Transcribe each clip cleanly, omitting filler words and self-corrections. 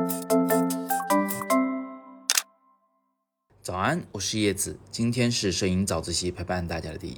早安，我是叶子，今天是摄影早自习陪伴大家的第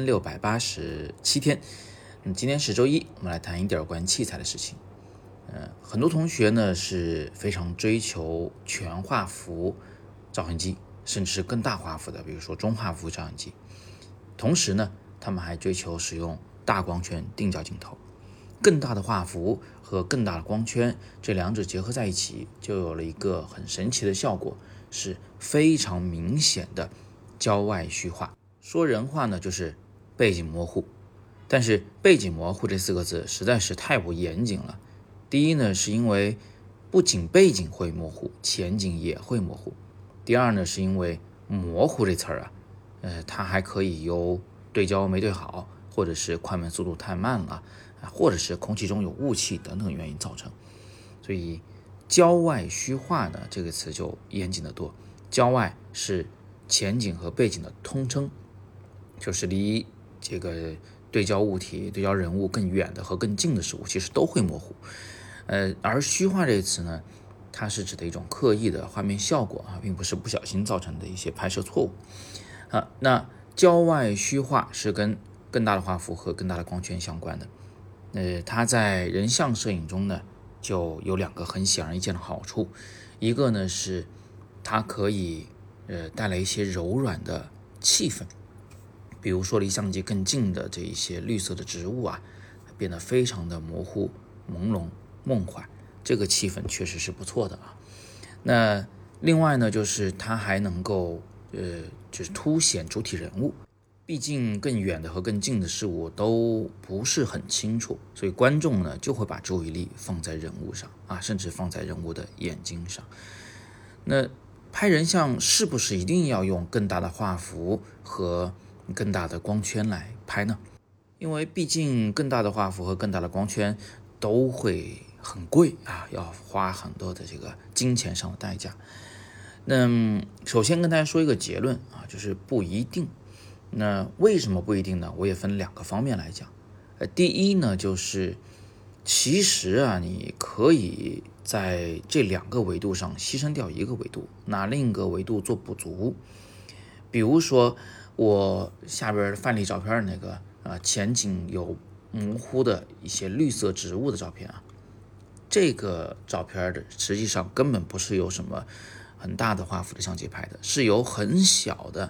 1687天。今天是周一，我们来谈一点关于器材的事情。很多同学呢是非常追求全画幅照相机，甚至是更大画幅的，比如说中画幅照相机。同时呢，他们还追求使用大光圈定焦镜头。更大的画幅和更大的光圈，这两者结合在一起，就有了一个很神奇的效果，是非常明显的焦外虚化。说人话呢，就是背景模糊。但是背景模糊这4个字实在是太不严谨了。第一呢，是因为不仅背景会模糊，前景也会模糊。第二呢，是因为模糊这词儿它还可以由对焦没对好，或者是快门速度太慢了，或者是空气中有雾气等等原因造成。所以焦外虚化呢，这个词就严谨得多。焦外是前景和背景的通称，就是离这个对焦物体、对焦人物更远的和更近的事物其实都会模糊。而虚化这个词呢，它是指的一种刻意的画面效果并不是不小心造成的一些拍摄错误。那焦外虚化是跟更大的画幅和更大的光圈相关的。它在人像摄影中呢，就有2个很显而易见的好处。一个呢是它可以带来一些柔软的气氛，比如说离相机更近的这一些绿色的植物变得非常的模糊、朦胧、梦幻，这个气氛确实是不错的那另外呢，就是它还能够就是凸显主体人物。毕竟更远的和更近的事物都不是很清楚，所以观众呢就会把注意力放在人物上甚至放在人物的眼睛上。那拍人像是不是一定要用更大的画幅和更大的光圈来拍呢？因为毕竟更大的画幅和更大的光圈都会很贵要花很多的这个金钱上的代价。那首先跟大家说一个结论就是不一定。那为什么不一定呢？我也分2个方面来讲。第一呢，就是其实你可以在这2个维度上牺牲掉1个维度，拿另一个维度做补足。比如说我下边范例照片那个前景有模糊的一些绿色植物的照片这个照片的实际上根本不是有什么很大的画幅的相机拍的，是由很小的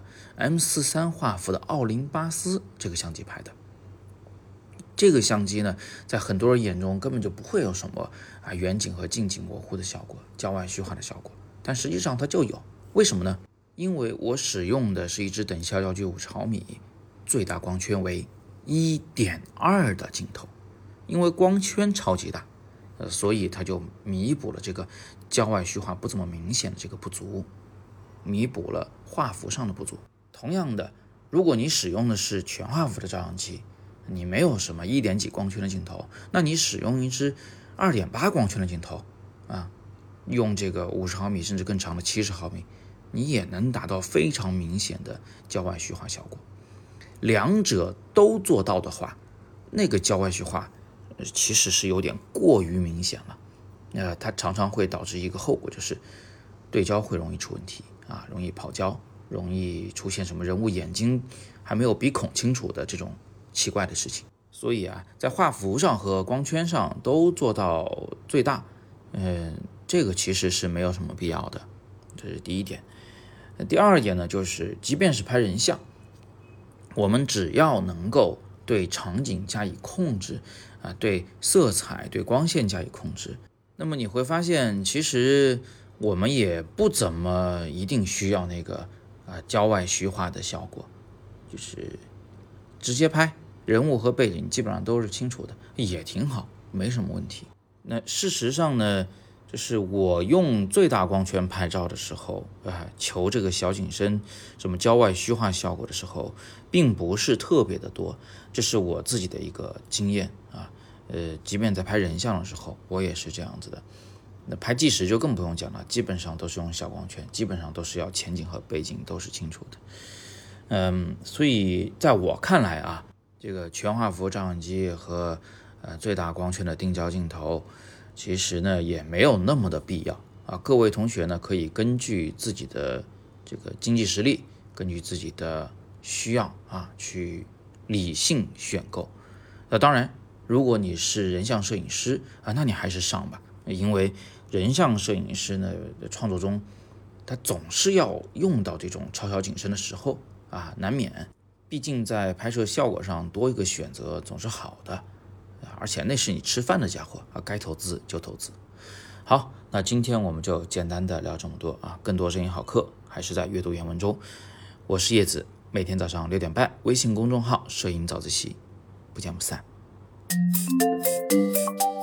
M43 画幅的奥林巴斯这个相机拍的。这个相机呢，在很多人眼中根本就不会有什么远景和近景模糊的效果，焦外虚化的效果，但实际上它就有。为什么呢？因为我使用的是一支等效焦距50毫米，最大光圈为 1.2 的镜头。因为光圈超级大，所以它就弥补了这个焦外虚化不怎么明显的这个不足，弥补了画幅上的不足。同样的，如果你使用的是全画幅的照相机，你没有什么1点几光圈的镜头，那你使用一支 2.8 光圈的镜头用这个50毫米甚至更长的70毫米，你也能达到非常明显的焦外虚化效果。2者都做到的话，那个焦外虚化其实是有点过于明显了。它常常会导致一个后果，就是对焦会容易出问题容易跑焦，容易出现什么人物眼睛还没有鼻孔清楚的这种奇怪的事情。所以在画幅上和光圈上都做到最大，这个其实是没有什么必要的，这是第一点。第二点呢，就是即便是拍人像，我们只要能够对场景加以控制对色彩、对光线加以控制，那么你会发现其实我们也不怎么一定需要那个焦外虚化的效果，就是直接拍人物和背景基本上都是清楚的，也挺好，没什么问题。那事实上呢，就是我用最大光圈拍照的时候求这个小景深什么焦外虚化效果的时候并不是特别的多，这是我自己的一个经验即便在拍人像的时候我也是这样子的。那拍纪实就更不用讲了，基本上都是用小光圈，基本上都是要前景和背景都是清楚的。所以在我看来这个全画幅照相机和最大光圈的定焦镜头其实呢也没有那么的必要各位同学呢可以根据自己的这个经济实力，根据自己的需要去理性选购。当然，如果你是人像摄影师那你还是上吧，因为人像摄影师呢创作中，他总是要用到这种超小景深的时候难免。毕竟在拍摄效果上多一个选择总是好的，而且那是你吃饭的家伙该投资就投资。好，那今天我们就简单的聊这么多更多摄影好课还是在阅读原文中。我是叶子，每天早上6点半，微信公众号摄影早自习，不见不散。